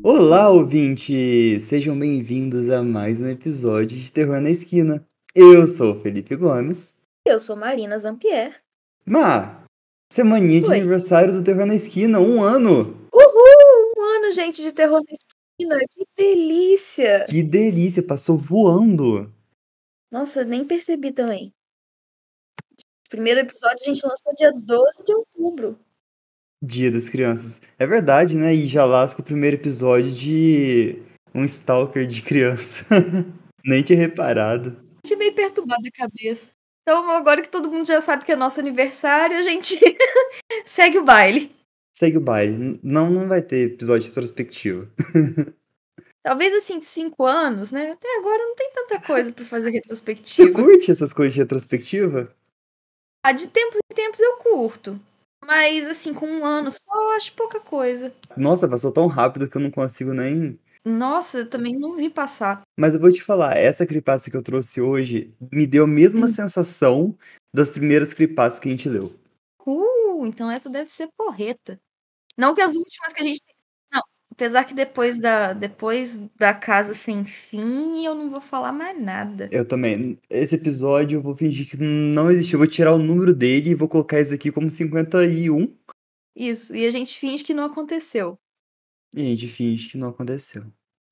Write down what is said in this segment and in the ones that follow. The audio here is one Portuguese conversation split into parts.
Olá, ouvintes! Sejam bem-vindos a mais um episódio de Terror na Esquina. Eu sou o Felipe Gomes. Eu sou Marina Zampier. Semaninha de Oi. aniversário do Terror na Esquina, 1 ano! Uhul! 1 ano, gente, de Terror na Esquina. Que delícia! Que delícia, passou voando! Nossa, nem percebi também. O primeiro episódio a gente lançou dia 12 de outubro. Dia das Crianças. É verdade, né? E já lasca o primeiro episódio de um stalker de criança. Nem tinha reparado. A gente meio perturbado da cabeça. Então, agora que todo mundo já sabe que é nosso aniversário, a gente segue o baile. Segue o baile. Não vai ter episódio retrospectivo. Talvez assim, de 5 anos, né? Até agora não tem tanta coisa pra fazer Você retrospectiva. curte essas coisas de retrospectiva? De tempos em tempos eu curto. Mas, assim, com 1 ano só, eu acho pouca coisa. Nossa, passou tão rápido que eu não consigo nem. Nossa, eu também não vi passar. Mas eu vou te falar, essa creepypasta que eu trouxe hoje me deu a mesma sensação das primeiras creepypastas que a gente leu. Então essa deve ser porreta. Não que as últimas que a gente não, apesar que depois da Casa Sem Fim, eu não vou falar mais nada. Eu também. Esse episódio eu vou fingir que não existiu. Eu vou tirar o número dele e vou colocar esse aqui como 51. Isso, e a gente finge que não aconteceu. E a gente finge que não aconteceu.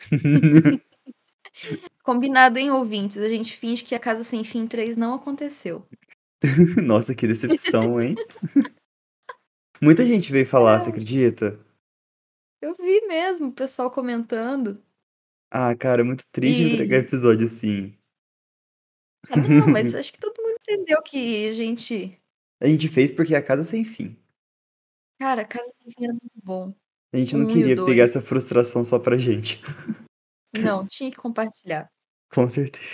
Combinado, hein, ouvintes? A gente finge que a Casa Sem Fim 3 não aconteceu. Nossa, que decepção, hein? Muita gente veio falar, você acredita? Eu vi mesmo o pessoal comentando. Ah, cara, é muito triste entregar E episódio assim. não, mas acho que todo mundo entendeu que a gente A gente fez porque é a casa sem fim. cara, Casa Sem Fim era muito bom. A gente O não 1 e o queria pegar 2. essa frustração só pra gente. Não, tinha que compartilhar. Com certeza.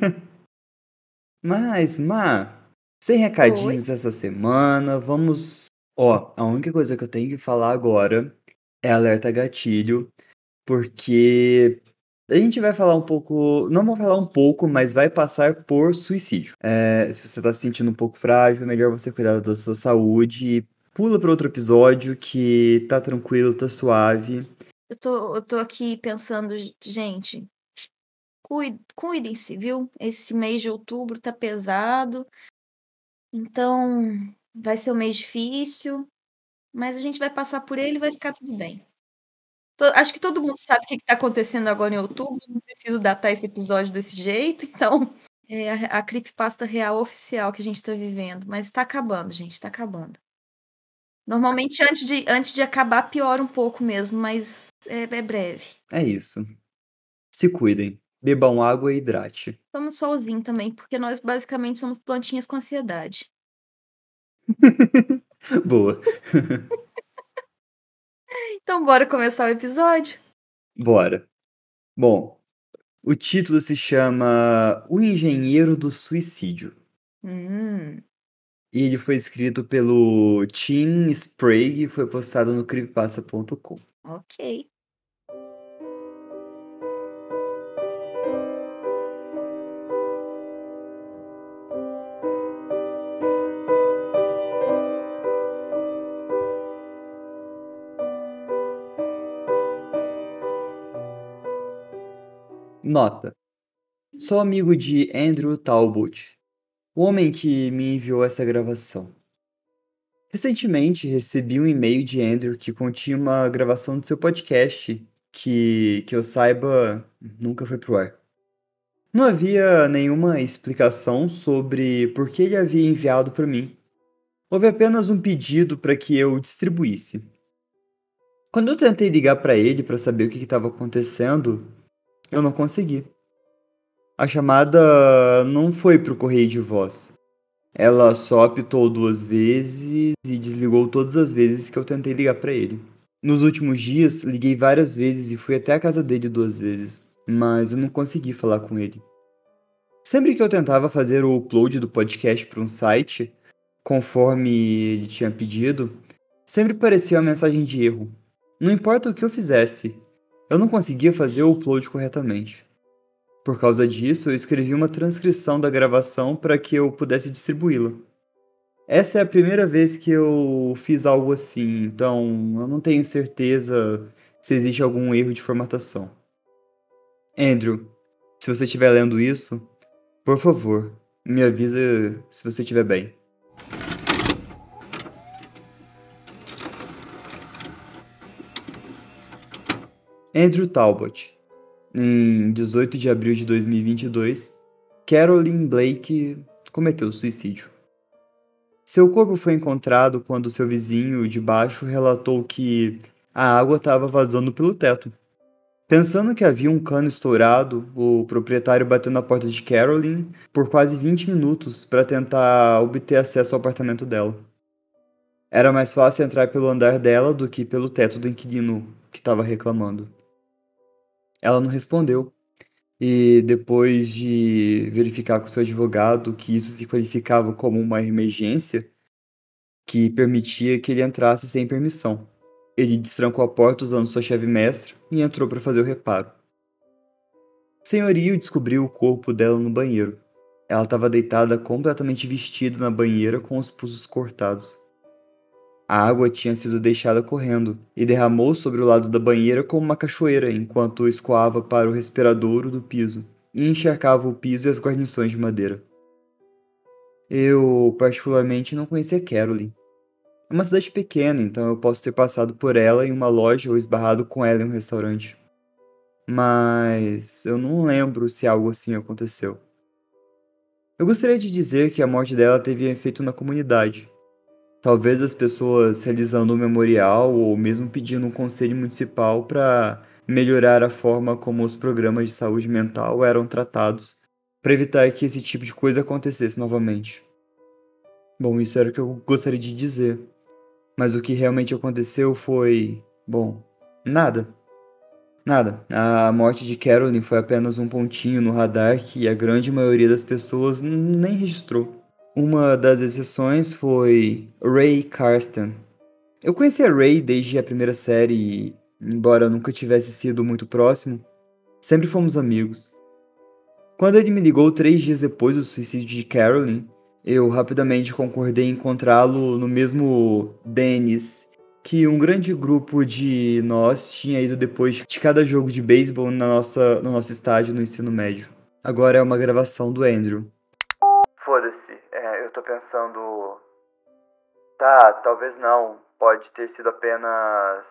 Mas, sem Oi? recadinhos essa semana, vamos. Ó, a única coisa que eu tenho que falar agora é alerta gatilho, porque a gente vai falar um pouco. Não vou falar um pouco, mas vai passar por suicídio. Se você tá se sentindo um pouco frágil, é melhor você cuidar da sua saúde. Pula para outro episódio que tá tranquilo, tá suave. Eu tô aqui pensando, gente, cuidem-se, viu? Esse mês de outubro tá pesado, então vai ser um mês difícil, mas a gente vai passar por ele e vai ficar tudo bem. Acho que todo mundo sabe o que tá acontecendo agora em outubro, não preciso datar esse episódio desse jeito, então é a creepypasta real oficial que a gente tá vivendo, mas tá acabando, gente, tá acabando. Normalmente antes de acabar piora um pouco mesmo, mas é breve. É isso. Se cuidem. Bebam água e hidrate. Toma solzinho também, porque nós basicamente somos plantinhas com ansiedade. Boa. Então bora começar o episódio? Bora. Bom, o título se chama O Engenheiro do Suicídio. Hum, E ele foi escrito pelo Tim Sprague e foi postado no creepypasta.com. ok. Nota: sou amigo de Andrew Talbot, o homem que me enviou essa gravação. Recentemente recebi um e-mail de Andrew que continha uma gravação do seu podcast que eu saiba nunca foi pro ar. Não havia nenhuma explicação sobre por que ele havia enviado para mim. Houve apenas um pedido para que eu distribuísse. Quando eu tentei ligar para ele para saber o que estava acontecendo, eu não consegui. A chamada não foi pro correio de voz. Ela só apitou 2 vezes e desligou todas as vezes que eu tentei ligar para ele. Nos últimos dias, liguei várias vezes e fui até a casa dele 2 vezes, mas eu não consegui falar com ele. Sempre que eu tentava fazer o upload do podcast para um site, conforme ele tinha pedido, sempre aparecia uma mensagem de erro. Não importa o que eu fizesse, eu não conseguia fazer o upload corretamente. Por causa disso, eu escrevi uma transcrição da gravação para que eu pudesse distribuí-la. Essa é a primeira vez que eu fiz algo assim, então eu não tenho certeza se existe algum erro de formatação. Andrew, se você estiver lendo isso, por favor, me avisa se você estiver bem. Andrew Talbot. Em 18 de abril de 2022, Caroline Blake cometeu suicídio. Seu corpo foi encontrado quando seu vizinho de baixo relatou que a água estava vazando pelo teto. Pensando que havia um cano estourado, o proprietário bateu na porta de Caroline por quase 20 minutos para tentar obter acesso ao apartamento dela. Era mais fácil entrar pelo andar dela do que pelo teto do inquilino que estava reclamando. Ela não respondeu, e depois de verificar com seu advogado que isso se qualificava como uma emergência, que permitia que ele entrasse sem permissão, ele destrancou a porta usando sua chave mestra e entrou para fazer o reparo. O senhorio descobriu o corpo dela no banheiro. Ela estava deitada completamente vestida na banheira com os pulsos cortados. A água tinha sido deixada correndo e derramou sobre o lado da banheira como uma cachoeira enquanto escoava para o respiradouro do piso e encharcava o piso e as guarnições de madeira. Eu, particularmente, não conhecia Caroline. É uma cidade pequena, então eu posso ter passado por ela em uma loja ou esbarrado com ela em um restaurante. Mas eu não lembro se algo assim aconteceu. Eu gostaria de dizer que a morte dela teve efeito na comunidade. Talvez as pessoas realizando um memorial ou mesmo pedindo um conselho municipal para melhorar a forma como os programas de saúde mental eram tratados, para evitar que esse tipo de coisa acontecesse novamente. Bom, isso era o que eu gostaria de dizer. Mas o que realmente aconteceu foi, bom, nada. Nada. A morte de Caroline foi apenas um pontinho no radar que a grande maioria das pessoas nem registrou. Uma das exceções foi Ray Karsten. Eu conheci a Ray desde a primeira série e, embora nunca tivesse sido muito próximo, sempre fomos amigos. Quando ele me ligou 3 dias depois do suicídio de Caroline, eu rapidamente concordei em encontrá-lo no mesmo Dennis que um grande grupo de nós tinha ido depois de cada jogo de beisebol no nosso estádio no ensino médio. Agora é uma gravação do Andrew. Foda-se, eu tô pensando... Tá, talvez não, pode ter sido apenas...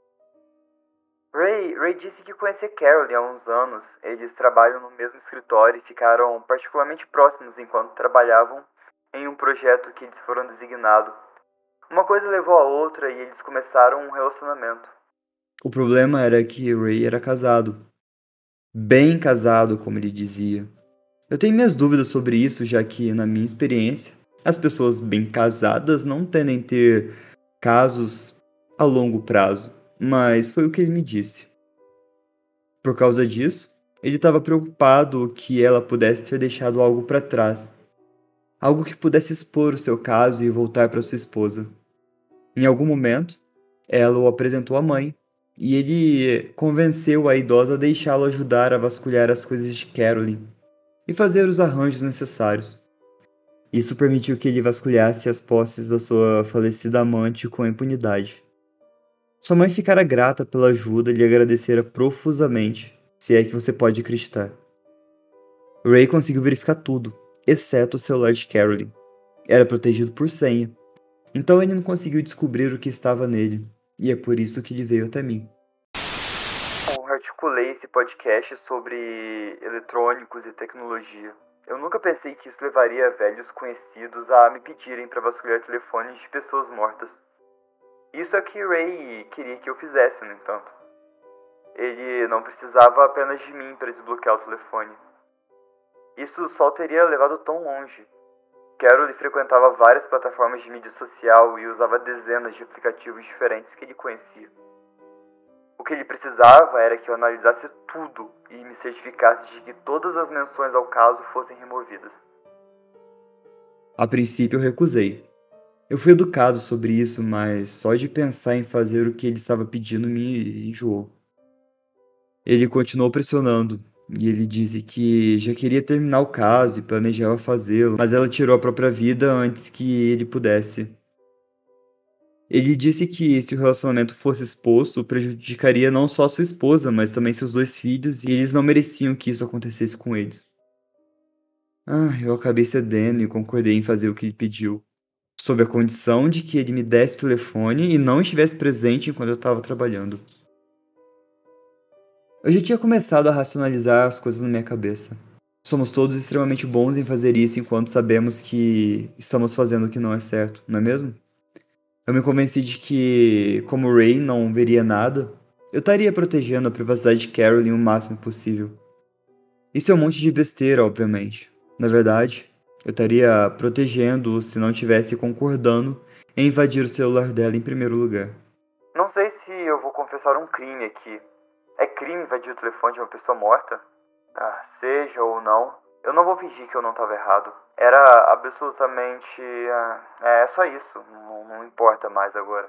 Ray disse que conhecia Caroline há uns anos. Eles trabalham no mesmo escritório e ficaram particularmente próximos enquanto trabalhavam em um projeto que eles foram designados. Uma coisa levou a outra e eles começaram um relacionamento. O problema era que Ray era casado. Bem casado, como ele dizia. Eu tenho minhas dúvidas sobre isso, já que, na minha experiência, as pessoas bem casadas não tendem a ter casos a longo prazo, mas foi o que ele me disse. Por causa disso, ele estava preocupado que ela pudesse ter deixado algo para trás, algo que pudesse expor o seu caso e voltar para sua esposa. Em algum momento, ela o apresentou à mãe, e ele convenceu a idosa a deixá-lo ajudar a vasculhar as coisas de Caroline e fazer os arranjos necessários. Isso permitiu que ele vasculhasse as posses da sua falecida amante com impunidade. Sua mãe ficara grata pela ajuda e lhe agradecera profusamente, se é que você pode acreditar. Ray conseguiu verificar tudo, exceto o celular de Caroline. Era protegido por senha, então ele não conseguiu descobrir o que estava nele, e é por isso que ele veio até mim. Eu articulei esse podcast sobre eletrônicos e tecnologia. Eu nunca pensei que isso levaria velhos conhecidos a me pedirem para vasculhar telefones de pessoas mortas. Isso é que Ray queria que eu fizesse, no entanto. Ele não precisava apenas de mim para desbloquear o telefone. Isso só teria levado tão longe. Carol frequentava várias plataformas de mídia social e usava dezenas de aplicativos diferentes que ele conhecia. O que ele precisava era que eu analisasse tudo e me certificasse de que todas as menções ao caso fossem removidas. A princípio eu recusei. Eu fui educado sobre isso, mas só de pensar em fazer o que ele estava pedindo me enjoou. Ele continuou pressionando, e ele disse que já queria terminar o caso e planejava fazê-lo, mas ela tirou a própria vida antes que ele pudesse. Ele disse que se o relacionamento fosse exposto, prejudicaria não só sua esposa, mas também seus 2 filhos, e eles não mereciam que isso acontecesse com eles. Eu acabei cedendo e concordei em fazer o que ele pediu, sob a condição de que ele me desse o telefone e não estivesse presente enquanto eu estava trabalhando. Eu já tinha começado a racionalizar as coisas na minha cabeça. Somos todos extremamente bons em fazer isso enquanto sabemos que estamos fazendo o que não é certo, não é mesmo? Eu me convenci de que, como o Ray não veria nada, eu estaria protegendo a privacidade de Carolyn o máximo possível. Isso é um monte de besteira, obviamente. Na verdade, eu estaria protegendo-o se não estivesse concordando em invadir o celular dela em primeiro lugar. Não sei se eu vou confessar um crime aqui. É crime invadir o telefone de uma pessoa morta? Seja ou não, eu não vou fingir que eu não estava errado. Era absolutamente... é só isso. Não importa mais agora.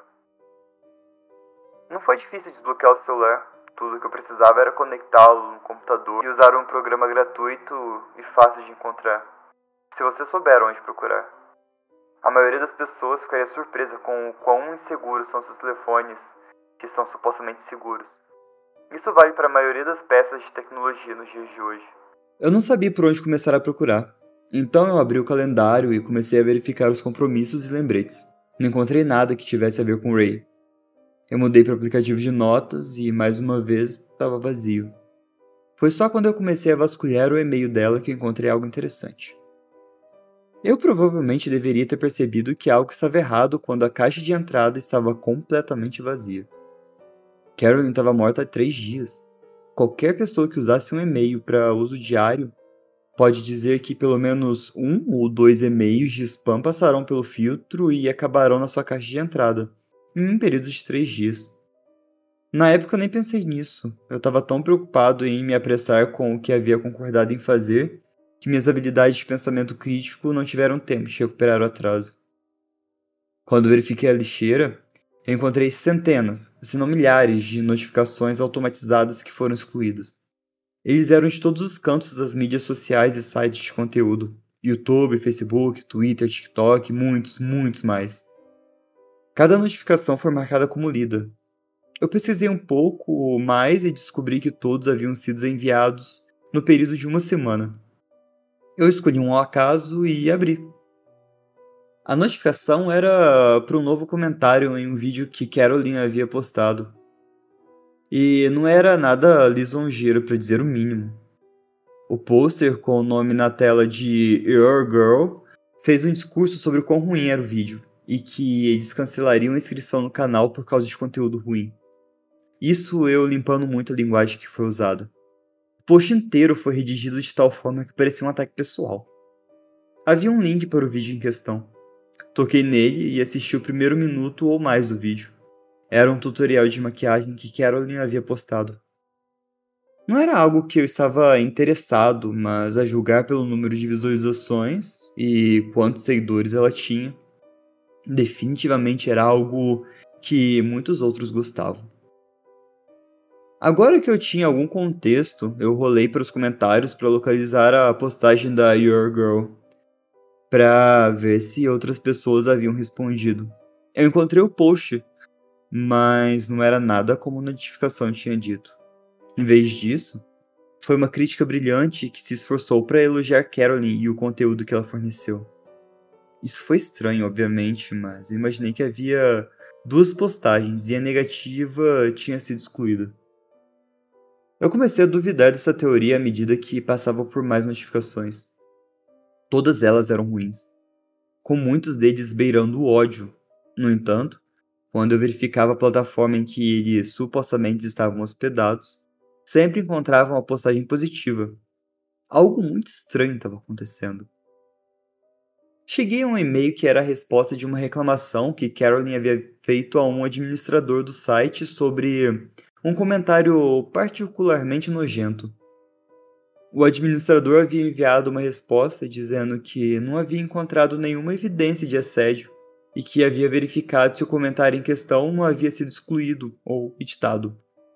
Não foi difícil desbloquear o celular. Tudo que eu precisava era conectá-lo no computador e usar um programa gratuito e fácil de encontrar. Se você souber onde procurar. A maioria das pessoas ficaria surpresa com o quão inseguros são seus telefones, que são supostamente seguros. Isso vale para a maioria das peças de tecnologia nos dias de hoje. Eu não sabia por onde começar a procurar. Então eu abri o calendário e comecei a verificar os compromissos e lembretes. Não encontrei nada que tivesse a ver com Ray. Eu mudei para o aplicativo de notas e, mais uma vez, estava vazio. Foi só quando eu comecei a vasculhar o e-mail dela que encontrei algo interessante. Eu provavelmente deveria ter percebido que algo estava errado quando a caixa de entrada estava completamente vazia. Carolyn estava morta há 3 dias. Qualquer pessoa que usasse um e-mail para uso diário pode dizer que pelo menos 1 ou 2 e-mails de spam passarão pelo filtro e acabarão na sua caixa de entrada, em um período de 3 dias. Na época eu nem pensei nisso, eu estava tão preocupado em me apressar com o que havia concordado em fazer, que minhas habilidades de pensamento crítico não tiveram tempo de recuperar o atraso. Quando verifiquei a lixeira, eu encontrei centenas, se não milhares, de notificações automatizadas que foram excluídas. Eles eram de todos os cantos das mídias sociais e sites de conteúdo. YouTube, Facebook, Twitter, TikTok, muitos mais. Cada notificação foi marcada como lida. Eu pesquisei um pouco mais e descobri que todos haviam sido enviados no período de 1 semana. Eu escolhi um ao acaso e abri. A notificação era para um novo comentário em um vídeo que Carolyn havia postado. E não era nada lisonjeiro, para dizer o mínimo. O pôster com o nome na tela de Your Girl fez um discurso sobre o quão ruim era o vídeo e que eles cancelariam a inscrição no canal por causa de conteúdo ruim. Isso eu limpando muito a linguagem que foi usada. O post inteiro foi redigido de tal forma que parecia um ataque pessoal. Havia um link para o vídeo em questão. Toquei nele e assisti o primeiro minuto ou mais do vídeo. Era um tutorial de maquiagem que Carolyn havia postado. Não era algo que eu estava interessado, mas a julgar pelo número de visualizações e quantos seguidores ela tinha, definitivamente era algo que muitos outros gostavam. Agora que eu tinha algum contexto, eu rolei para os comentários para localizar a postagem da Your Girl, para ver se outras pessoas haviam respondido. Eu encontrei o post, mas não era nada como a notificação tinha dito. Em vez disso, foi uma crítica brilhante que se esforçou para elogiar Carolyn e o conteúdo que ela forneceu. Isso foi estranho, obviamente, mas imaginei que havia 2 postagens e a negativa tinha sido excluída. Eu comecei a duvidar dessa teoria à medida que passava por mais notificações. Todas elas eram ruins, com muitos deles beirando o ódio. No entanto, quando eu verificava a plataforma em que eles supostamente estavam hospedados, sempre encontrava uma postagem positiva. Algo muito estranho estava acontecendo. Cheguei a um e-mail que era a resposta de uma reclamação que Carolyn havia feito a um administrador do site sobre um comentário particularmente nojento. O administrador havia enviado uma resposta dizendo que não havia encontrado nenhuma evidência de assédio e que havia verificado se o comentário em questão não havia sido excluído ou editado.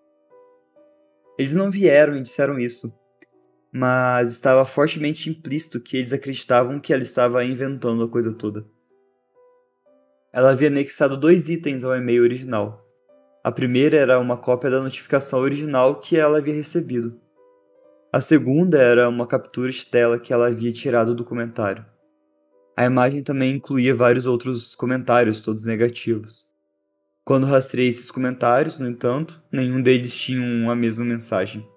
Eles não vieram e disseram isso, mas estava fortemente implícito que eles acreditavam que ela estava inventando a coisa toda. Ela havia anexado 2 itens ao e-mail original. A primeira era uma cópia da notificação original que ela havia recebido. A segunda era uma captura de tela que ela havia tirado do comentário. A imagem também incluía vários outros comentários, todos negativos. Quando rastreei esses comentários, no entanto, nenhum deles tinha a mesma mensagem.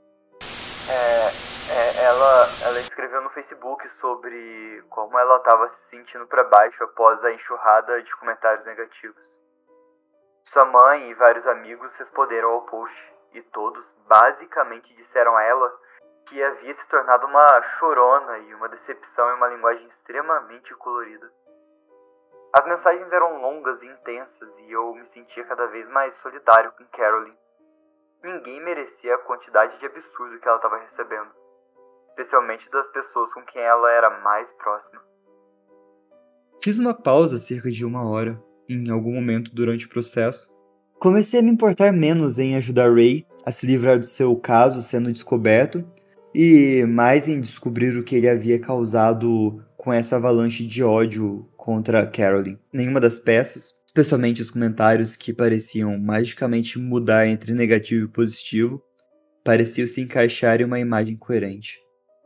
Ela escreveu no Facebook sobre como ela estava se sentindo para baixo após a enxurrada de comentários negativos. Sua mãe e vários amigos responderam ao post, e todos basicamente disseram a ela que havia se tornado uma chorona e uma decepção em uma linguagem extremamente colorida. As mensagens eram longas e intensas e eu me sentia cada vez mais solidário com Carolyn. Ninguém merecia a quantidade de absurdo que ela estava recebendo, especialmente das pessoas com quem ela era mais próxima. Fiz uma pausa cerca de 1 hora, em algum momento durante o processo. Comecei a me importar menos em ajudar Ray a se livrar do seu caso sendo descoberto e mais em descobrir o que ele havia causado com essa avalanche de ódio contra Carolyn. Nenhuma das peças, especialmente os comentários que pareciam magicamente mudar entre negativo e positivo, pareciam se encaixar em uma imagem coerente.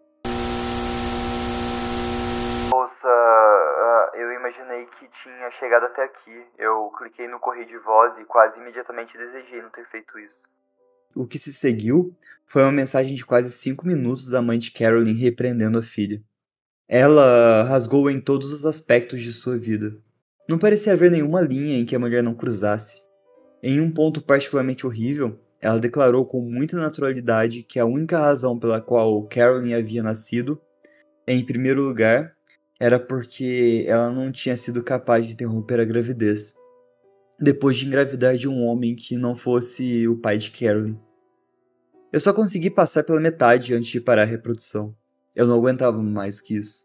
Eu imaginei que tinha chegado até aqui. Eu cliquei no correio de voz e quase imediatamente desejei não ter feito isso. O que se seguiu foi uma mensagem de quase 5 minutos da mãe de Carolyn repreendendo a filha. Ela rasgou em todos os aspectos de sua vida. Não parecia haver nenhuma linha em que a mulher não cruzasse. Em um ponto particularmente horrível, ela declarou com muita naturalidade que a única razão pela qual Carolyn havia nascido, em primeiro lugar, era porque ela não tinha sido capaz de interromper a gravidez, depois de engravidar de um homem que não fosse o pai de Carolyn. Eu só consegui passar pela metade antes de parar a reprodução. Eu não aguentava mais do que isso.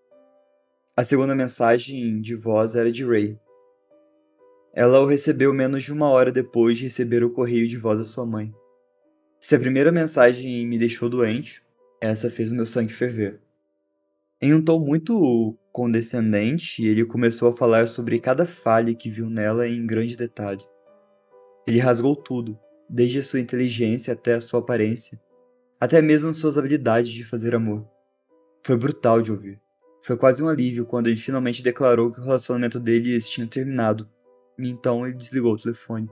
A segunda mensagem de voz era de Ray. Ela o recebeu menos de 1 hora depois de receber o correio de voz da sua mãe. Se a primeira mensagem me deixou doente, essa fez o meu sangue ferver. Em um tom muito condescendente, ele começou a falar sobre cada falha que viu nela em grande detalhe. Ele rasgou tudo, desde a sua inteligência até a sua aparência, até mesmo suas habilidades de fazer amor. Foi brutal de ouvir. Foi quase um alívio quando ele finalmente declarou que o relacionamento deles tinha terminado, e então ele desligou o telefone.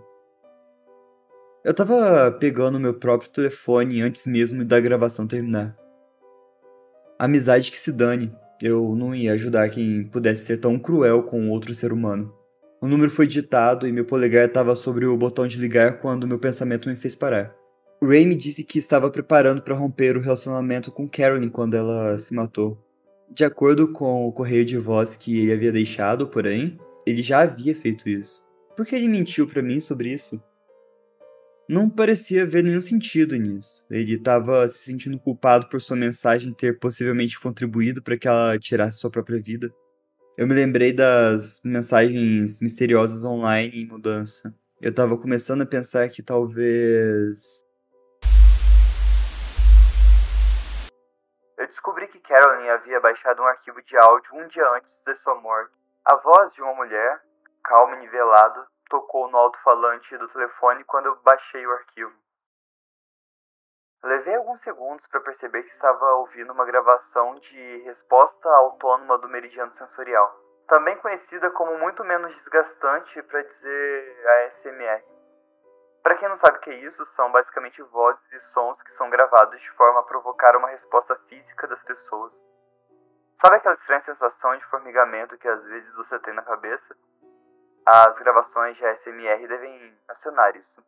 Eu tava pegando meu próprio telefone antes mesmo da gravação terminar. Amizade que se dane, eu não ia ajudar quem pudesse ser tão cruel com outro ser humano. O número foi digitado e meu polegar estava sobre o botão de ligar quando meu pensamento me fez parar. Ray me disse que estava preparando para romper o relacionamento com Carolyn quando ela se matou. De acordo com o correio de voz que ele havia deixado, porém, ele já havia feito isso. Por que ele mentiu para mim sobre isso? Não parecia haver nenhum sentido nisso. Ele estava se sentindo culpado por sua mensagem ter possivelmente contribuído para que ela tirasse sua própria vida. Eu me lembrei das mensagens misteriosas online em mudança. Eu estava começando a pensar que talvez... Eu descobri que Carolyn havia baixado um arquivo de áudio um dia antes de sua morte. A voz de uma mulher, calma e nivelada, tocou no alto-falante do telefone quando eu baixei o arquivo. Levei alguns segundos para perceber que estava ouvindo uma gravação de resposta autônoma do meridiano sensorial, também conhecida como muito menos desgastante para dizer ASMR. Para quem não sabe o que é isso, são basicamente vozes e sons que são gravados de forma a provocar uma resposta física das pessoas. Sabe aquela estranha sensação de formigamento que às vezes você tem na cabeça? As gravações de ASMR devem acionar isso.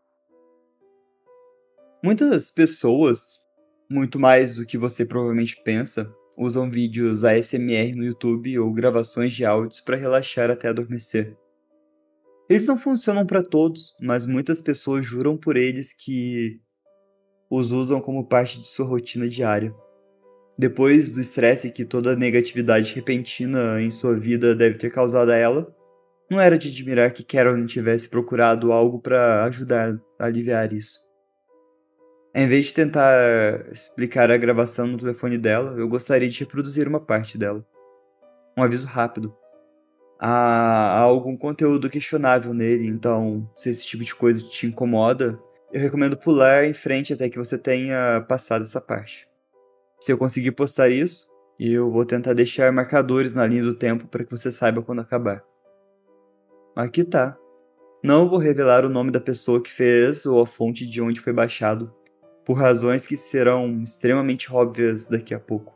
Muitas pessoas, muito mais do que você provavelmente pensa, usam vídeos ASMR no YouTube ou gravações de áudios para relaxar até adormecer. Eles não funcionam para todos, mas muitas pessoas juram por eles que os usam como parte de sua rotina diária. Depois do estresse que toda a negatividade repentina em sua vida deve ter causado a ela, não era de admirar que Carolyn tivesse procurado algo para ajudar a aliviar isso. Em vez de tentar explicar a gravação no telefone dela, eu gostaria de reproduzir uma parte dela. Um aviso rápido. há algum conteúdo questionável nele, então se esse tipo de coisa te incomoda, eu recomendo pular em frente até que você tenha passado essa parte. Se eu conseguir postar isso, eu vou tentar deixar marcadores na linha do tempo para que você saiba quando acabar. Aqui tá. Não vou revelar o nome da pessoa que fez ou a fonte de onde foi baixado, por razões que serão extremamente óbvias daqui a pouco.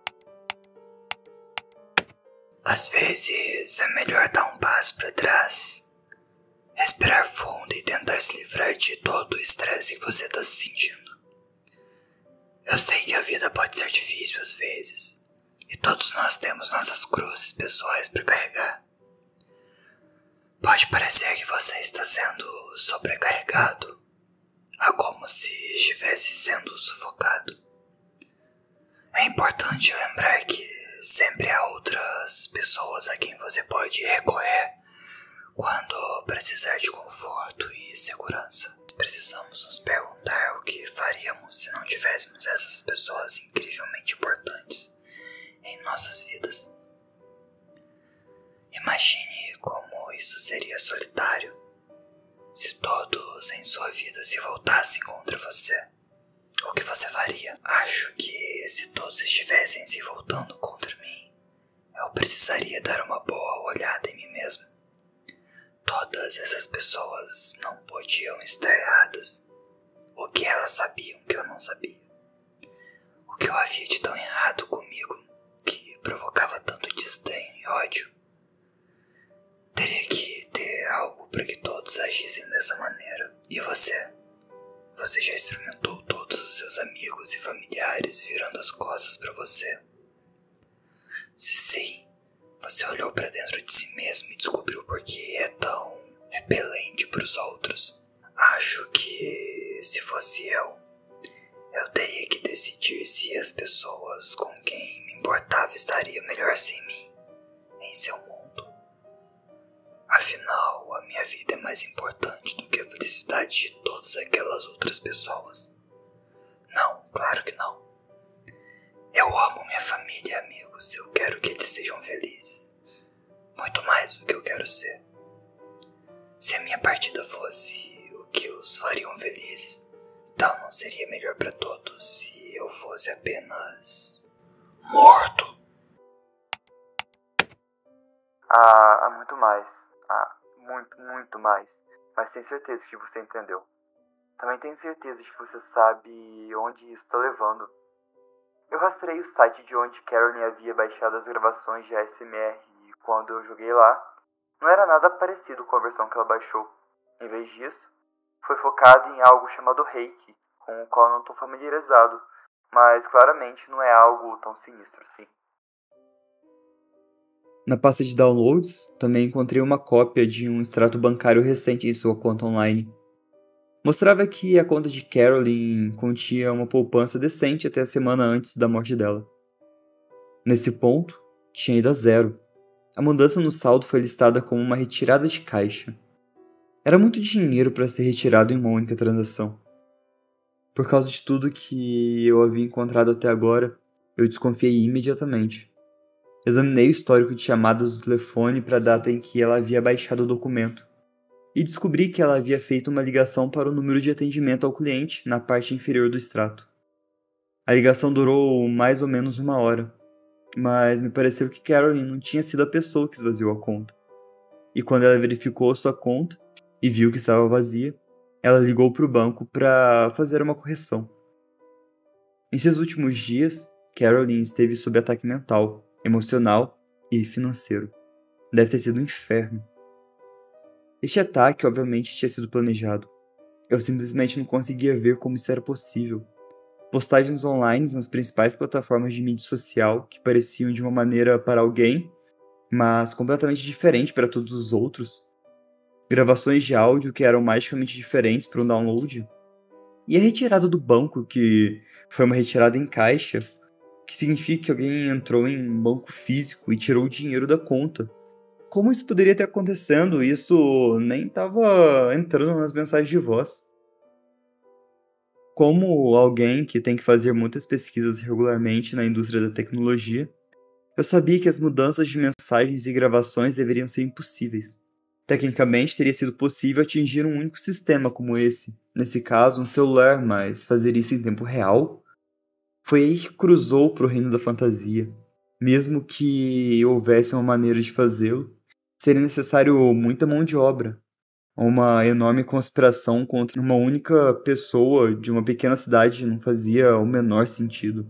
Às vezes é melhor dar um passo para trás, respirar fundo e tentar se livrar de todo o estresse que você está se sentindo. Eu sei que a vida pode ser difícil às vezes, e todos nós temos nossas cruzes pessoais para carregar. Pode parecer que você está sendo sobrecarregado, como se estivesse sendo sufocado. É importante lembrar que sempre há outras pessoas a quem você pode recorrer quando precisar de conforto e segurança. Precisamos nos perguntar o que faríamos se não tivéssemos essas pessoas incrivelmente importantes em nossas vidas. Imagine como isso seria solitário se todos em sua vida se voltassem contra você. O que você faria? Acho que se todos estivessem se voltando contra mim, eu precisaria dar uma boa olhada em mim mesmo. Todas essas pessoas não podiam estar erradas. O que elas sabiam que eu não sabia? O que eu havia de tão errado comigo que provocava tanto desdém e ódio? Teria que ter algo para que todos agissem dessa maneira. E você? Você já experimentou todos os seus amigos e familiares virando as costas para você? Se sim, você olhou para dentro de si mesmo e descobriu por que é tão repelente para os outros. Acho que, se fosse eu teria que decidir se as pessoas com quem me importava estariam melhor sem mim, em seu mundo. Afinal, a minha vida é mais importante do que a felicidade de todas aquelas outras pessoas. Não, claro que não. Eu amo minha família e amigos, eu quero que eles sejam felizes. Muito mais do que eu quero ser. Se a minha partida fosse o que os fariam felizes, então não seria melhor para todos se eu fosse apenas morto. Há muito mais. Muito mais. Mas tenho certeza que você entendeu. Também tenho certeza de que você sabe onde isso está levando. Eu rastreei o site de onde Carolyn havia baixado as gravações de ASMR e quando eu joguei lá, não era nada parecido com a versão que ela baixou. Em vez disso, foi focado em algo chamado Reiki, com o qual eu não estou familiarizado, mas claramente não é algo tão sinistro assim. Na pasta de downloads, também encontrei uma cópia de um extrato bancário recente em sua conta online. Mostrava que a conta de Carolyn continha uma poupança decente até a semana antes da morte dela. Nesse ponto, tinha ido a zero. A mudança no saldo foi listada como uma retirada de caixa. Era muito dinheiro para ser retirado em uma única transação. Por causa de tudo que eu havia encontrado até agora, eu desconfiei imediatamente. Examinei o histórico de chamadas do telefone para a data em que ela havia baixado o documento e descobri que ela havia feito uma ligação para o número de atendimento ao cliente na parte inferior do extrato. A ligação durou mais ou menos 1 hora, mas me pareceu que Carolyn não tinha sido a pessoa que esvaziou a conta. E quando ela verificou sua conta e viu que estava vazia, ela ligou para o banco para fazer uma correção. Em seus últimos dias, Carolyn esteve sob ataque mental, emocional e financeiro. Deve ter sido um inferno. Este ataque obviamente tinha sido planejado. Eu simplesmente não conseguia ver como isso era possível. Postagens online nas principais plataformas de mídia social que pareciam de uma maneira para alguém, mas completamente diferente para todos os outros. Gravações de áudio que eram magicamente diferentes para um download. E a retirada do banco, que foi uma retirada em caixa, que significa que alguém entrou em um banco físico e tirou o dinheiro da conta. Como isso poderia ter acontecendo? Isso nem estava entrando nas mensagens de voz. Como alguém que tem que fazer muitas pesquisas regularmente na indústria da tecnologia, Eu sabia que as mudanças de mensagens e gravações deveriam ser impossíveis. Tecnicamente, teria sido possível atingir um único sistema como esse, nesse caso, um celular, mas fazer isso em tempo real? Foi aí que cruzou para o reino da fantasia. Mesmo que houvesse uma maneira de fazê-lo, seria necessário muita mão de obra. Uma enorme conspiração contra uma única pessoa de uma pequena cidade não fazia o menor sentido.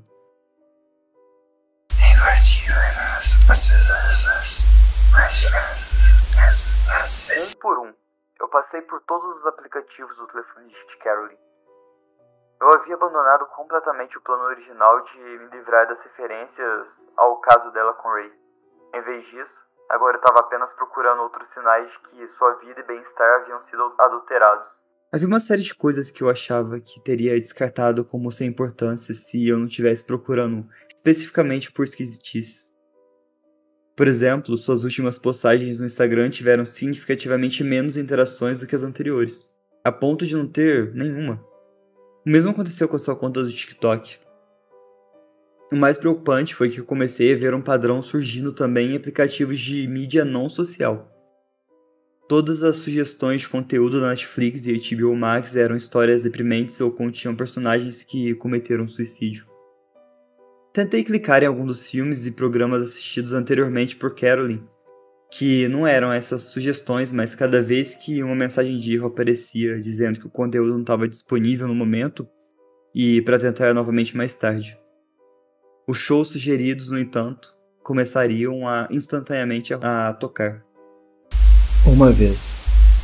Por um, eu passei por todos os aplicativos do telefone de Caroline. Eu havia abandonado completamente o plano original de me livrar das referências ao caso dela com Ray. Em vez disso, agora eu estava apenas procurando outros sinais de que sua vida e bem-estar haviam sido adulterados. Havia uma série de coisas que eu achava que teria descartado como sem importância se eu não estivesse procurando especificamente por esquisitices. Por exemplo, suas últimas postagens no Instagram tiveram significativamente menos interações do que as anteriores, a ponto de não ter nenhuma. O mesmo aconteceu com a sua conta do TikTok. O mais preocupante foi que eu comecei a ver um padrão surgindo também em aplicativos de mídia não social. Todas as sugestões de conteúdo da Netflix e HBO Max eram histórias deprimentes ou continham personagens que cometeram suicídio. Tentei clicar em algum dos filmes e programas assistidos anteriormente por Caroline, que não eram essas sugestões, mas cada vez que uma mensagem de erro aparecia dizendo que o conteúdo não estava disponível no momento, e para tentar novamente mais tarde. Os shows sugeridos, no entanto, começariam instantaneamente a tocar. Uma vez.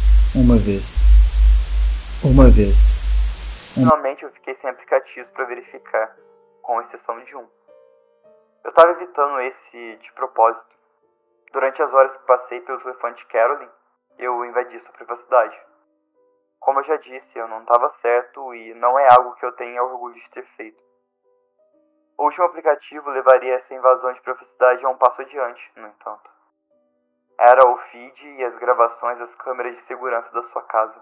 Finalmente eu fiquei sem aplicativos para verificar, com exceção de um. Eu estava evitando esse de propósito. Durante as horas que passei pelo telefone de Caroline, eu invadi sua privacidade. Como eu já disse, eu não estava certo e não é algo que eu tenha orgulho de ter feito. O último aplicativo levaria essa invasão de privacidade a um passo adiante, no entanto. Era o feed e as gravações das câmeras de segurança da sua casa.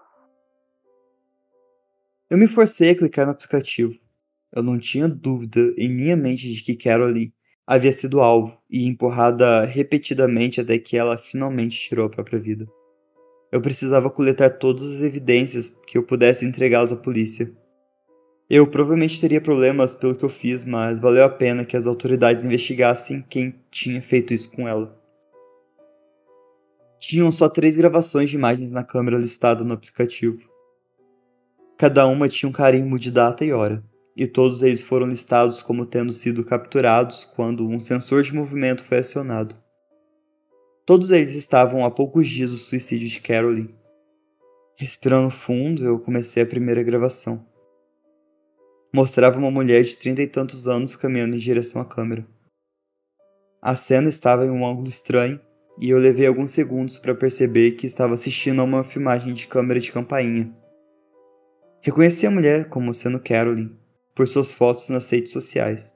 Eu me forcei a clicar no aplicativo. Eu não tinha dúvida em minha mente de que Caroline havia sido alvo e empurrada repetidamente até que ela finalmente tirou a própria vida. Eu precisava coletar todas as evidências que eu pudesse entregá-las à polícia. Eu provavelmente teria problemas pelo que eu fiz, mas valeu a pena que as autoridades investigassem quem tinha feito isso com ela. Tinham só 3 gravações de imagens na câmera listada no aplicativo. Cada uma tinha um carimbo de data e hora, e todos eles foram listados como tendo sido capturados quando um sensor de movimento foi acionado. Todos eles estavam a poucos dias do suicídio de Caroline. Respirando fundo, eu comecei a primeira gravação. Mostrava uma mulher de 30 e tantos anos caminhando em direção à câmera. A cena estava em um ângulo estranho, e eu levei alguns segundos para perceber que estava assistindo a uma filmagem de câmera de campainha. Reconheci a mulher como sendo Caroline, por suas fotos nas redes sociais.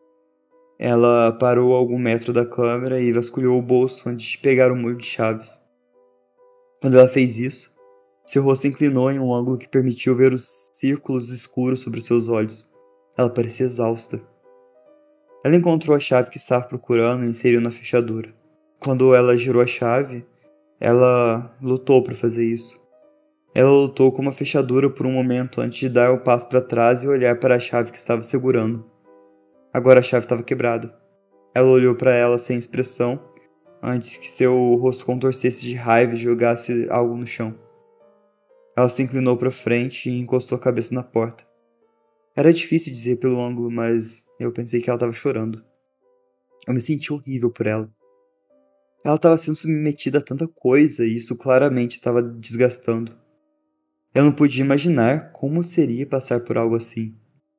Ela parou a algum metro da câmera e vasculhou o bolso antes de pegar o molho de chaves. Quando ela fez isso, seu rosto inclinou em um ângulo que permitiu ver os círculos escuros sobre seus olhos. Ela parecia exausta. Ela encontrou a chave que estava procurando e inseriu na fechadura. Quando ela girou a chave, ela lutou para fazer isso. Ela lutou com uma fechadura por um momento antes de dar um passo para trás e olhar para a chave que estava segurando. Agora a chave estava quebrada. Ela olhou para ela sem expressão, antes que seu rosto contorcesse de raiva e jogasse algo no chão. Ela se inclinou para frente e encostou a cabeça na porta. Era difícil dizer pelo ângulo, mas eu pensei que ela estava chorando. Eu me senti horrível por ela. Ela estava sendo submetida a tanta coisa e isso claramente estava desgastando. Eu não podia imaginar como seria passar por algo assim.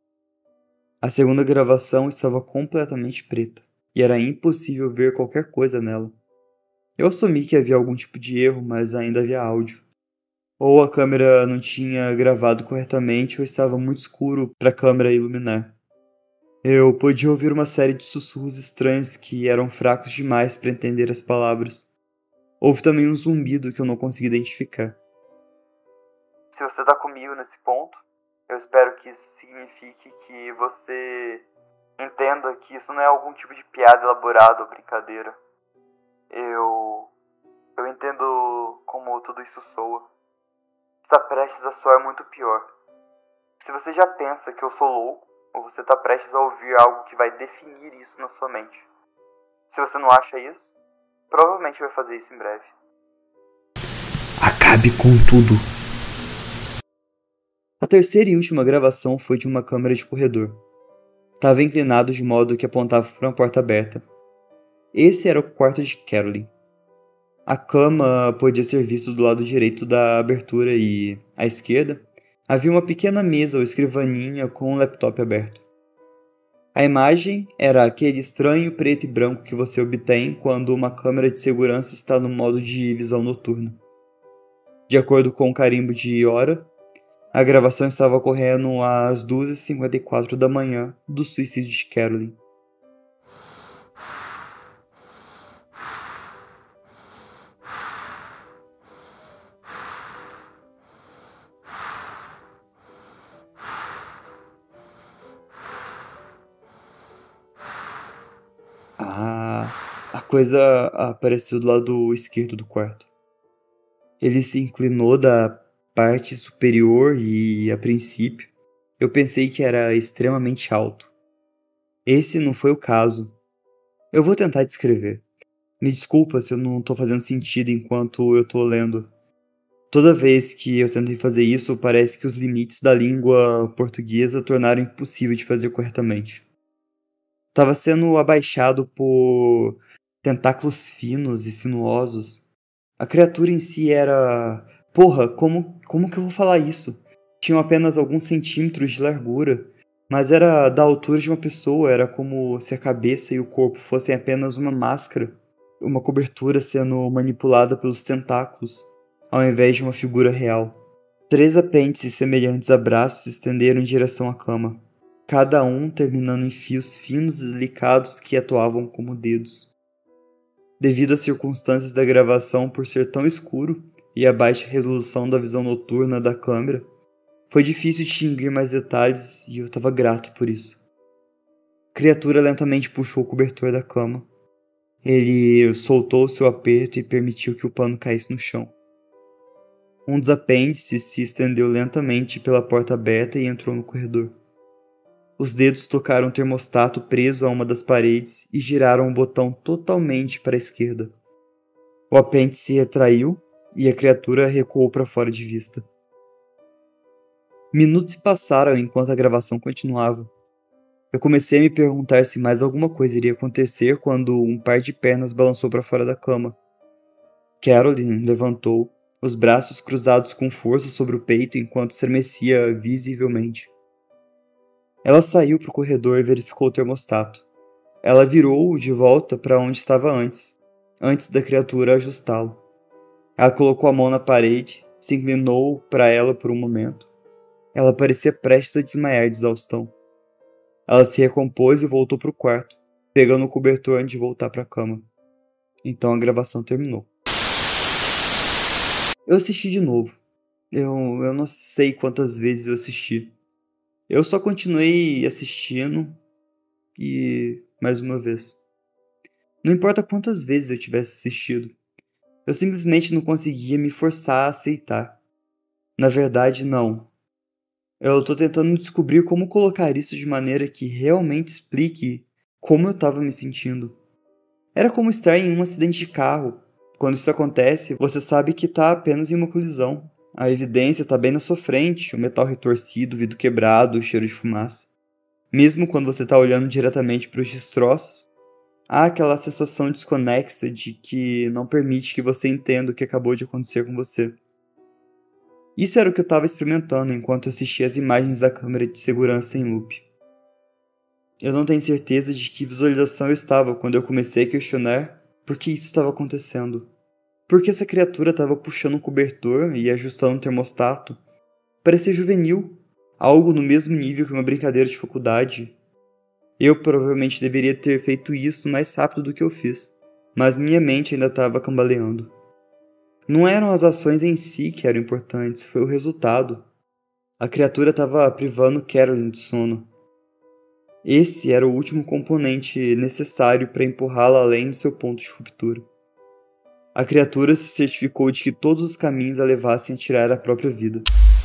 A segunda gravação estava completamente preta e era impossível ver qualquer coisa nela. Eu assumi que havia algum tipo de erro, mas ainda havia áudio. Ou a câmera não tinha gravado corretamente ou estava muito escuro para a câmera iluminar. Eu podia ouvir uma série de sussurros estranhos que eram fracos demais para entender as palavras. Houve também um zumbido que eu não consegui identificar. Se você tá comigo nesse ponto, eu espero que isso signifique que você Entenda que isso não é algum tipo de piada elaborada ou brincadeira. Eu entendo como tudo isso soa. Está prestes a soar muito pior. Se você já pensa que eu sou louco, ou você está prestes a ouvir algo que vai definir isso na sua mente. Se você não acha isso, provavelmente vai fazer isso em breve. Acabe com tudo. A terceira e última gravação foi de uma câmera de corredor. Estava inclinado de modo que apontava para uma porta aberta. Esse era o quarto de Caroline. A cama podia ser vista do lado direito da abertura e, à esquerda, havia uma pequena mesa ou escrivaninha com um laptop aberto. A imagem era aquele estranho preto e branco que você obtém quando uma câmera de segurança está no modo de visão noturna. De acordo com o carimbo de hora, a gravação estava ocorrendo às 2h54 da manhã do suicídio de Caroline. A coisa apareceu do lado esquerdo do quarto. Ele se inclinou da parte superior e, a princípio, eu pensei que era extremamente alto. Esse não foi o caso. Eu vou tentar descrever. Me desculpa se eu não tô fazendo sentido enquanto eu tô lendo. Toda vez que eu tentei fazer isso, parece que os limites da língua portuguesa tornaram impossível de fazer corretamente. Estava sendo abaixado por tentáculos finos e sinuosos. A criatura em si era... Porra, como que eu vou falar isso? Tinham apenas alguns centímetros de largura, mas era da altura de uma pessoa, era como se a cabeça e o corpo fossem apenas uma máscara, uma cobertura sendo manipulada pelos tentáculos, ao invés de uma figura real. 3 apêndices semelhantes a braços se estenderam em direção à cama, cada um terminando em fios finos e delicados que atuavam como dedos. Devido às circunstâncias da gravação por ser tão escuro e a baixa resolução da visão noturna da câmera, foi difícil distinguir mais detalhes e eu estava grato por isso. A criatura lentamente puxou o cobertor da cama. Ele soltou seu aperto e permitiu que o pano caísse no chão. Um dos apêndices se estendeu lentamente pela porta aberta e entrou no corredor. Os dedos tocaram o termostato preso a uma das paredes e giraram o botão totalmente para a esquerda. O apêndice se retraiu e a criatura recuou para fora de vista. Minutos se passaram enquanto a gravação continuava. Eu comecei a me perguntar se mais alguma coisa iria acontecer quando um par de pernas balançou para fora da cama. Caroline levantou, os braços cruzados com força sobre o peito enquanto estremecia visivelmente. Ela saiu para o corredor e verificou o termostato. Ela virou-o de volta para onde estava antes da criatura ajustá-lo. Ela colocou a mão na parede, se inclinou para ela por um momento. Ela parecia prestes a desmaiar de exaustão. Ela se recompôs e voltou para o quarto, pegando o cobertor antes de voltar para a cama. Então a gravação terminou. Eu assisti de novo. Eu não sei quantas vezes eu assisti. Eu só continuei assistindo e mais uma vez. Não importa quantas vezes eu tivesse assistido. Eu simplesmente não conseguia me forçar a aceitar. Na verdade, não. Eu tô tentando descobrir como colocar isso de maneira que realmente explique como eu tava me sentindo. Era como estar em um acidente de carro. Quando isso acontece, você sabe que tá apenas em uma colisão. A evidência tá bem na sua frente, o metal retorcido, o vidro quebrado, o cheiro de fumaça. Mesmo quando você tá olhando diretamente para os destroços, há aquela sensação desconexa de que não permite que você entenda o que acabou de acontecer com você. Isso era o que eu estava experimentando enquanto eu assistia as imagens da câmera de segurança em loop. Eu não tenho certeza de que visualização eu estava quando eu comecei a questionar por que isso estava acontecendo. Por que essa criatura estava puxando um cobertor e ajustando o termostato? Parecia juvenil, algo no mesmo nível que uma brincadeira de faculdade. Eu provavelmente deveria ter feito isso mais rápido do que eu fiz, mas minha mente ainda estava cambaleando. Não eram as ações em si que eram importantes, foi o resultado. A criatura estava privando Caroline de sono. Esse era o último componente necessário para empurrá-la além do seu ponto de ruptura. A criatura se certificou de que todos os caminhos a levassem a tirar a própria vida.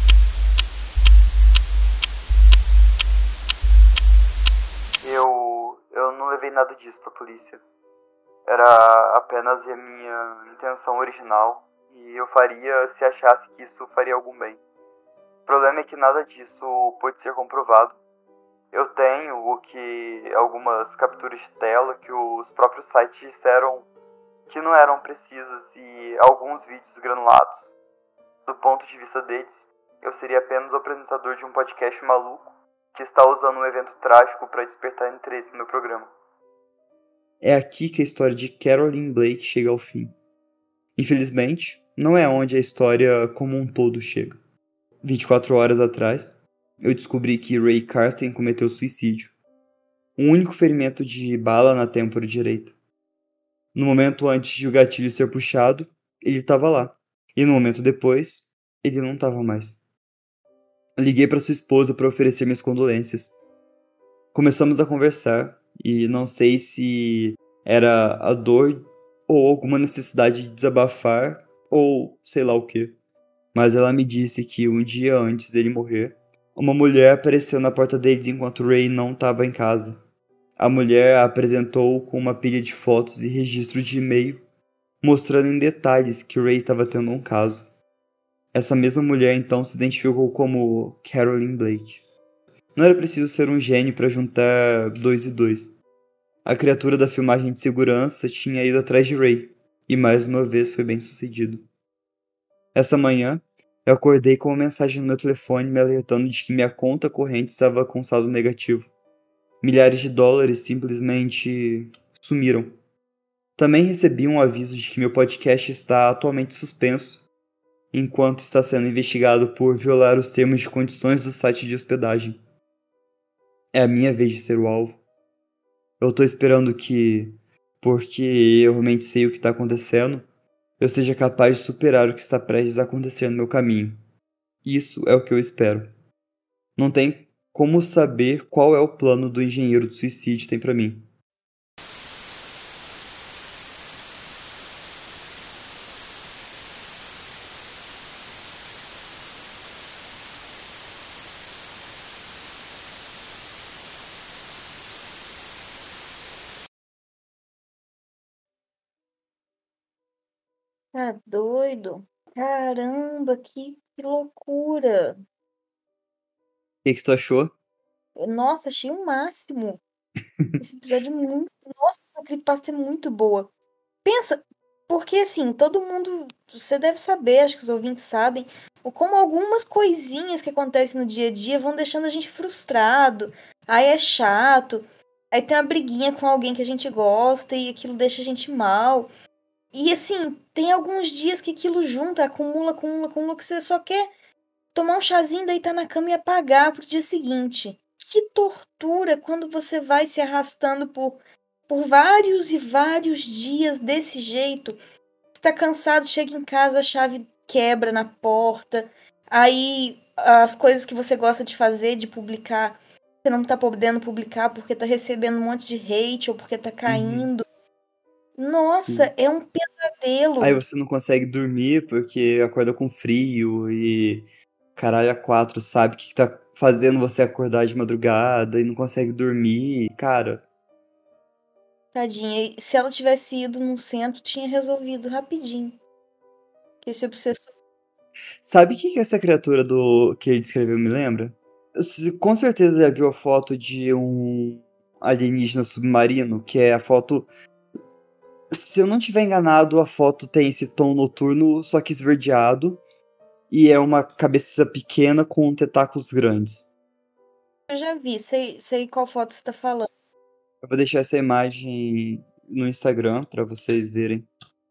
Eu não levei nada disso pra polícia. Era apenas a minha intenção original e eu faria se achasse que isso faria algum bem. O problema é que nada disso pode ser comprovado. Eu tenho algumas capturas de tela que os próprios sites disseram que não eram precisas e alguns vídeos granulados. Do ponto de vista deles, eu seria apenas o apresentador de um podcast maluco que está usando um evento trágico para despertar interesse no meu programa. É aqui que a história de Caroline Blake chega ao fim. Infelizmente, não é onde a história como um todo chega. 24 horas atrás, eu descobri que Ray Karsten cometeu suicídio. Um único ferimento de bala na têmpora direita. No momento antes de o gatilho ser puxado, ele estava lá. E no momento depois, ele não estava mais. Liguei para sua esposa para oferecer minhas condolências. Começamos a conversar e não sei se era a dor ou alguma necessidade de desabafar ou sei lá o que. Mas ela me disse que um dia antes dele morrer, uma mulher apareceu na porta deles enquanto Ray não estava em casa. A mulher a apresentou com uma pilha de fotos e registros de e-mail, mostrando em detalhes que Ray estava tendo um caso. Essa mesma mulher então se identificou como Caroline Blake. Não era preciso ser um gênio para juntar 2 e 2. A criatura da filmagem de segurança tinha ido atrás de Ray, e mais uma vez foi bem sucedido. Essa manhã, eu acordei com uma mensagem no meu telefone me alertando de que minha conta corrente estava com saldo negativo. Milhares de dólares simplesmente sumiram. Também recebi um aviso de que meu podcast está atualmente suspenso, enquanto está sendo investigado por violar os termos de condições do site de hospedagem. É a minha vez de ser o alvo. Eu tô esperando que, porque eu realmente sei o que está acontecendo, eu seja capaz de superar o que está prestes a acontecer no meu caminho. Isso é o que eu espero. Não tem como saber qual é o plano do engenheiro do suicídio tem pra mim. Tá doido? Caramba, que loucura! O que tu achou? Nossa, achei o máximo. Esse episódio é muito. Nossa, essa creepypasta é muito boa. Pensa, porque assim, todo mundo. Você deve saber, acho que os ouvintes sabem, como algumas coisinhas que acontecem no dia a dia vão deixando a gente frustrado. Aí é chato. Aí tem uma briguinha com alguém que a gente gosta e aquilo deixa a gente mal. E assim, tem alguns dias que aquilo junta, acumula, acumula, acumula, que você só quer tomar um chazinho, deitar na cama e apagar pro dia seguinte. Que tortura quando você vai se arrastando por vários e vários dias desse jeito. Você tá cansado, chega em casa, a chave quebra na porta. Aí as coisas que você gosta de fazer, de publicar, você não tá podendo publicar porque tá recebendo um monte de hate ou porque tá caindo. Nossa, Sim. é um pesadelo. Aí você não consegue dormir porque acorda com frio e caralho a 4 sabe o que tá fazendo você acordar de madrugada e não consegue dormir. Cara, Tadinha. E se ela tivesse ido num centro, tinha resolvido rapidinho. Que esse obsessor. sabe o que essa criatura do que ele descreveu me lembra? Você com certeza já viu a foto de um alienígena submarino, que é a foto. Se eu não tiver enganado, a foto tem esse tom noturno, só que esverdeado, e é uma cabeça pequena com tentáculos grandes. Eu já vi, sei qual foto você tá falando. Eu vou deixar essa imagem no Instagram pra vocês verem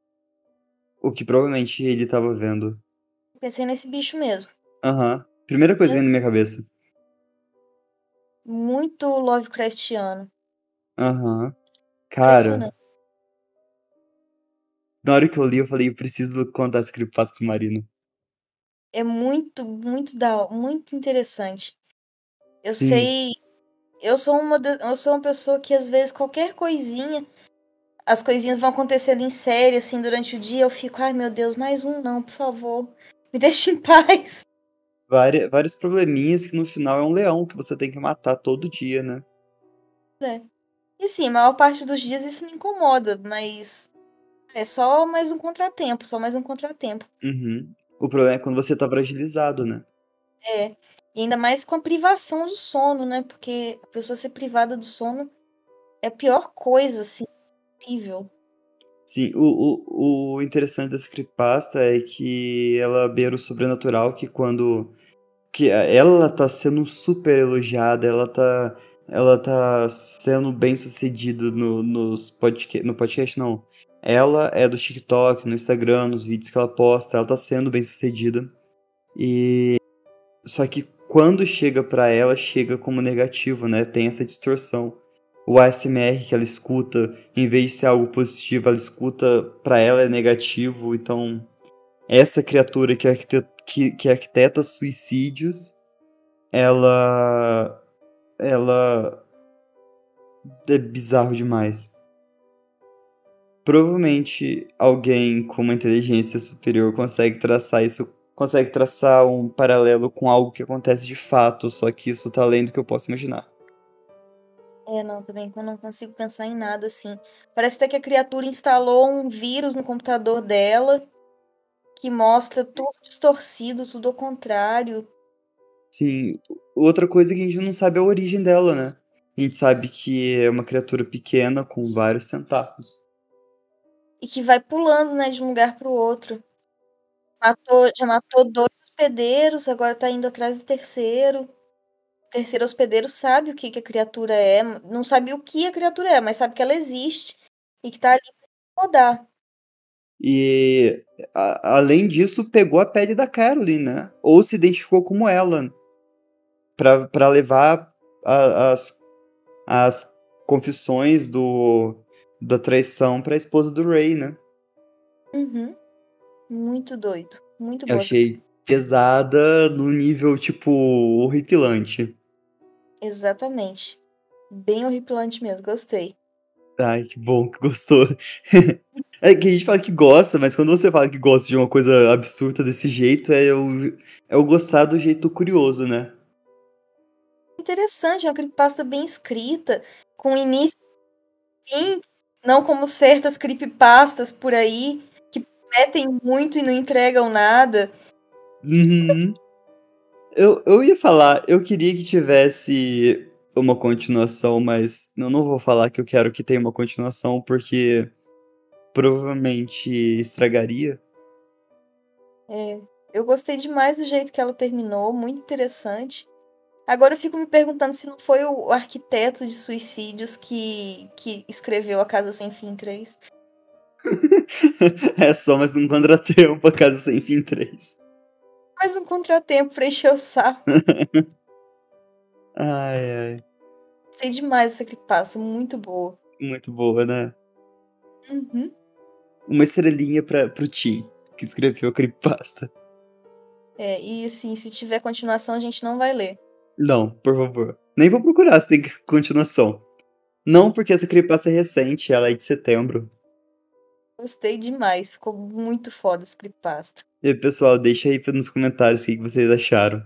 o que provavelmente ele tava vendo. Pensei nesse bicho mesmo. Aham. Primeira coisa que vem na minha cabeça. Muito Lovecraftiano. Aham. Cara, Impressionante. na hora que eu li, eu falei, eu preciso contar esse creepypasta pro Marino. É muito interessante. Eu Sim. sei Eu sou uma pessoa que, às vezes, qualquer coisinha, as coisinhas vão acontecendo em série, assim, durante o dia, eu fico, ai, meu Deus, mais um não, por favor. Me deixa em paz. Vários probleminhas que no final é um leão que você tem que matar todo dia, né? E assim, a maior parte dos dias isso me incomoda, mas é só mais um contratempo, só mais um contratempo. Uhum. O problema é quando você tá fragilizado, né? É. E ainda mais com a privação do sono, né? Porque a pessoa ser privada do sono é a pior coisa, assim, possível. Sim, o interessante dessa creepypasta é que ela beira o sobrenatural, que quando... Que ela tá sendo super elogiada, ela tá sendo bem sucedida no podcast, não. Ela é do TikTok, no Instagram, nos vídeos que ela posta, ela tá sendo bem sucedida. Só que quando chega pra ela, chega como negativo, né? Tem essa distorção. O ASMR que ela escuta, em vez de ser algo positivo, ela escuta pra ela é negativo. Então, essa criatura que arquiteta suicídios, ela é bizarro demais. Provavelmente alguém com uma inteligência superior consegue traçar um paralelo com algo que acontece de fato, só que isso tá além do que eu posso imaginar. Não, também eu não consigo pensar em nada assim. Parece até que a criatura instalou um vírus no computador dela que mostra tudo distorcido, tudo ao contrário. Sim, outra coisa que a gente não sabe é a origem dela, né? A gente sabe que é uma criatura pequena com vários tentáculos. E que vai pulando, né, de um lugar pro outro. Já matou 2 hospedeiros, agora tá indo atrás do terceiro. O terceiro hospedeiro sabe o que que a criatura é, não sabe o que a criatura é, mas sabe que ela existe e que tá ali pra rodar. E, além disso, pegou a pele da Caroline, né? Ou se identificou como ela, pra levar as confissões da traição pra esposa do Ray, né? Uhum. Muito doido. Muito Eu boa. achei pesada no nível, tipo, horripilante. Exatamente. Bem horripilante mesmo, gostei. Ai, que bom que gostou. É que a gente fala que gosta, mas quando você fala que gosta de uma coisa absurda desse jeito, é o gostar do jeito curioso, né? Interessante, é uma creepypasta bem escrita, com início e fim, não como certas creepypastas por aí, que prometem muito e não entregam nada. Uhum. Eu ia falar, eu queria que tivesse uma continuação, mas eu não vou falar que eu quero que tenha uma continuação, porque provavelmente estragaria. Eu gostei demais do jeito que ela terminou, muito interessante. Agora eu fico me perguntando se não foi o arquiteto de suicídios que escreveu A Casa Sem Fim 3. É só mais um contratempo a Casa Sem Fim 3. Mais um contratempo pra encher o saco. Ai, ai. Gostei demais dessa creepypasta, muito boa. Muito boa, né? Uhum. Uma estrelinha pro Tim, que escreveu a creepypasta. E assim, se tiver continuação, a gente não vai ler. Não, por favor. Nem vou procurar se tem continuação. Não, porque essa creepypasta é recente, ela é de setembro. Gostei demais, ficou muito foda essa creepypasta. E aí, pessoal, deixa aí nos comentários o que vocês acharam.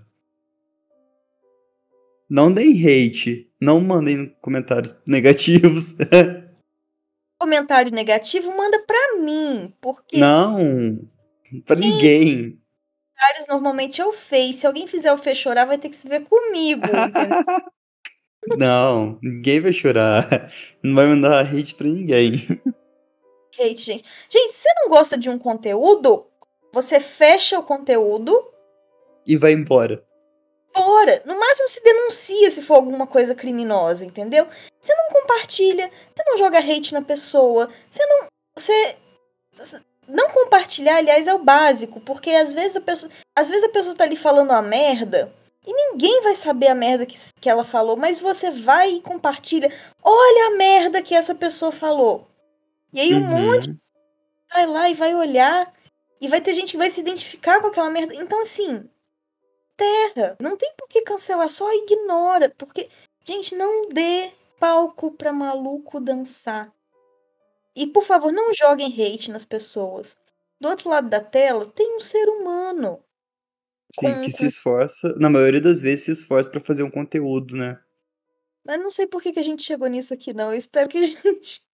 Não deem hate, não mandem comentários negativos. Comentário negativo, manda pra mim, porque Não, pra ninguém. comentários normalmente eu Fê. Se alguém fizer o Fê chorar, vai ter que se ver comigo, entendeu? Não, ninguém vai chorar. Não vai mandar hate pra ninguém. Hate, gente. Gente, se você não gosta de um conteúdo, você fecha o conteúdo, E vai embora. fora. No máximo se denuncia se for alguma coisa criminosa, entendeu? Você não compartilha, você não joga hate na pessoa, você não compartilhar, aliás, é o básico, porque às vezes a pessoa tá ali falando uma merda e ninguém vai saber a merda que ela falou, mas você vai e compartilha. Olha a merda que essa pessoa falou. E aí um monte Uhum. vai lá e vai olhar e vai ter gente que vai se identificar com aquela merda. Então, assim, não tem por que cancelar, só ignora, porque Gente, não dê palco pra maluco dançar. E, por favor, não joguem hate nas pessoas. Do outro lado da tela tem um ser humano. Sim, que se esforça, na maioria das vezes se esforça pra fazer um conteúdo, né? Eu não sei por que a gente chegou nisso aqui, não. Eu espero que a gente.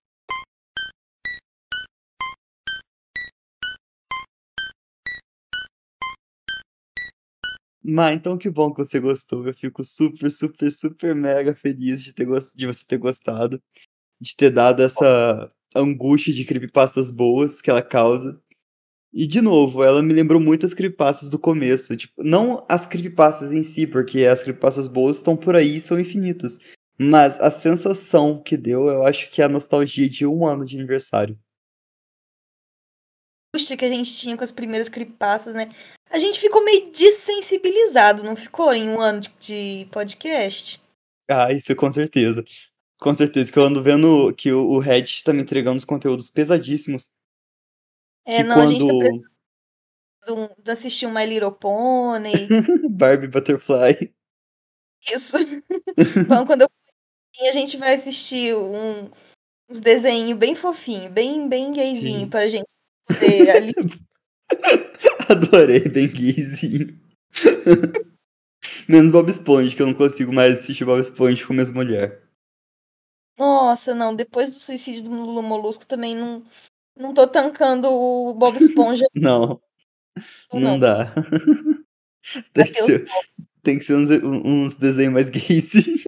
Mas então que bom que você gostou. Eu fico super, super, super mega feliz de você ter gostado, de ter dado essa angústia de creepypastas boas que ela causa. E de novo, ela me lembrou muito as creepypastas do começo. Tipo, não as creepypastas em si, porque as creepypastas boas estão por aí e são infinitas. Mas a sensação que deu, eu acho que é a nostalgia de 1 ano de aniversário. Angústia que a gente tinha com as primeiras creepypastas, né? A gente ficou meio dessensibilizado, não ficou? Em 1 ano de podcast? Ah, isso com certeza. Com certeza, que eu ando vendo que o Reddit tá me entregando uns conteúdos pesadíssimos. Que Não, a gente tá quando precisando de assistir um My Little Pony. Barbie Butterfly. Isso. Quando eu for, a gente vai assistir uns desenhos bem fofinhos, bem gayzinho, Sim. pra gente poder ali. Adorei, bem gayzinho. Menos Bob Esponja, que eu não consigo mais assistir Bob Esponja com a mesma mulher. Nossa, não, depois do suicídio do Lula Molusco também não tô tancando o Bob Esponja, Não, não não. dá. Tem que Matheus, ser, tem que ser uns desenhos mais gays.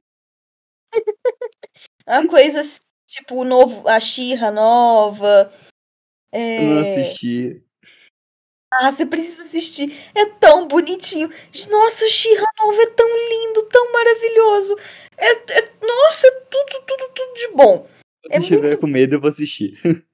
uma coisa assim, tipo o novo, a She-Ra nova. Eu não assisti. Você precisa assistir. É tão bonitinho. Nossa, o She-Ra novo é tão lindo, tão maravilhoso. Nossa, é tudo de bom. Se É estiver muito. com medo, eu vou assistir.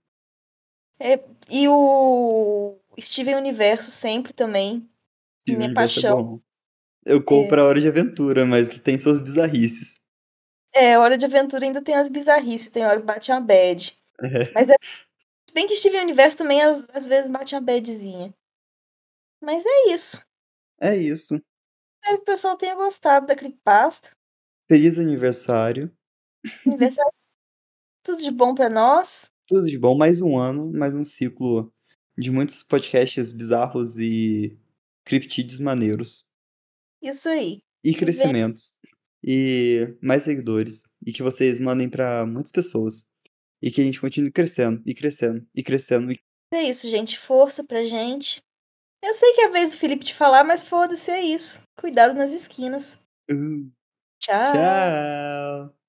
E o Steven Universo sempre também. O Minha universo é paixão. bom. Eu compro a Hora de Aventura, mas tem suas bizarrices. Hora de Aventura ainda tem as bizarrices. Tem hora que bate uma bad. É, Mas se bem que Steven Universo também às vezes bate uma badzinha. Mas é isso. é isso. Espero que o pessoal tenha gostado da creepypasta. Feliz aniversário. Aniversário, tudo de bom pra nós. Tudo de bom. Mais 1 ano, mais um ciclo de muitos podcasts bizarros e criptídeos maneiros. Isso aí. E Que vem. crescimentos. E mais seguidores. E que vocês mandem pra muitas pessoas. E que a gente continue crescendo, e crescendo, e crescendo. É isso, gente. Força pra gente. Eu sei que é a vez do Felipe de falar, mas foda-se, é isso. Cuidado nas esquinas. Uh, Tchau. tchau!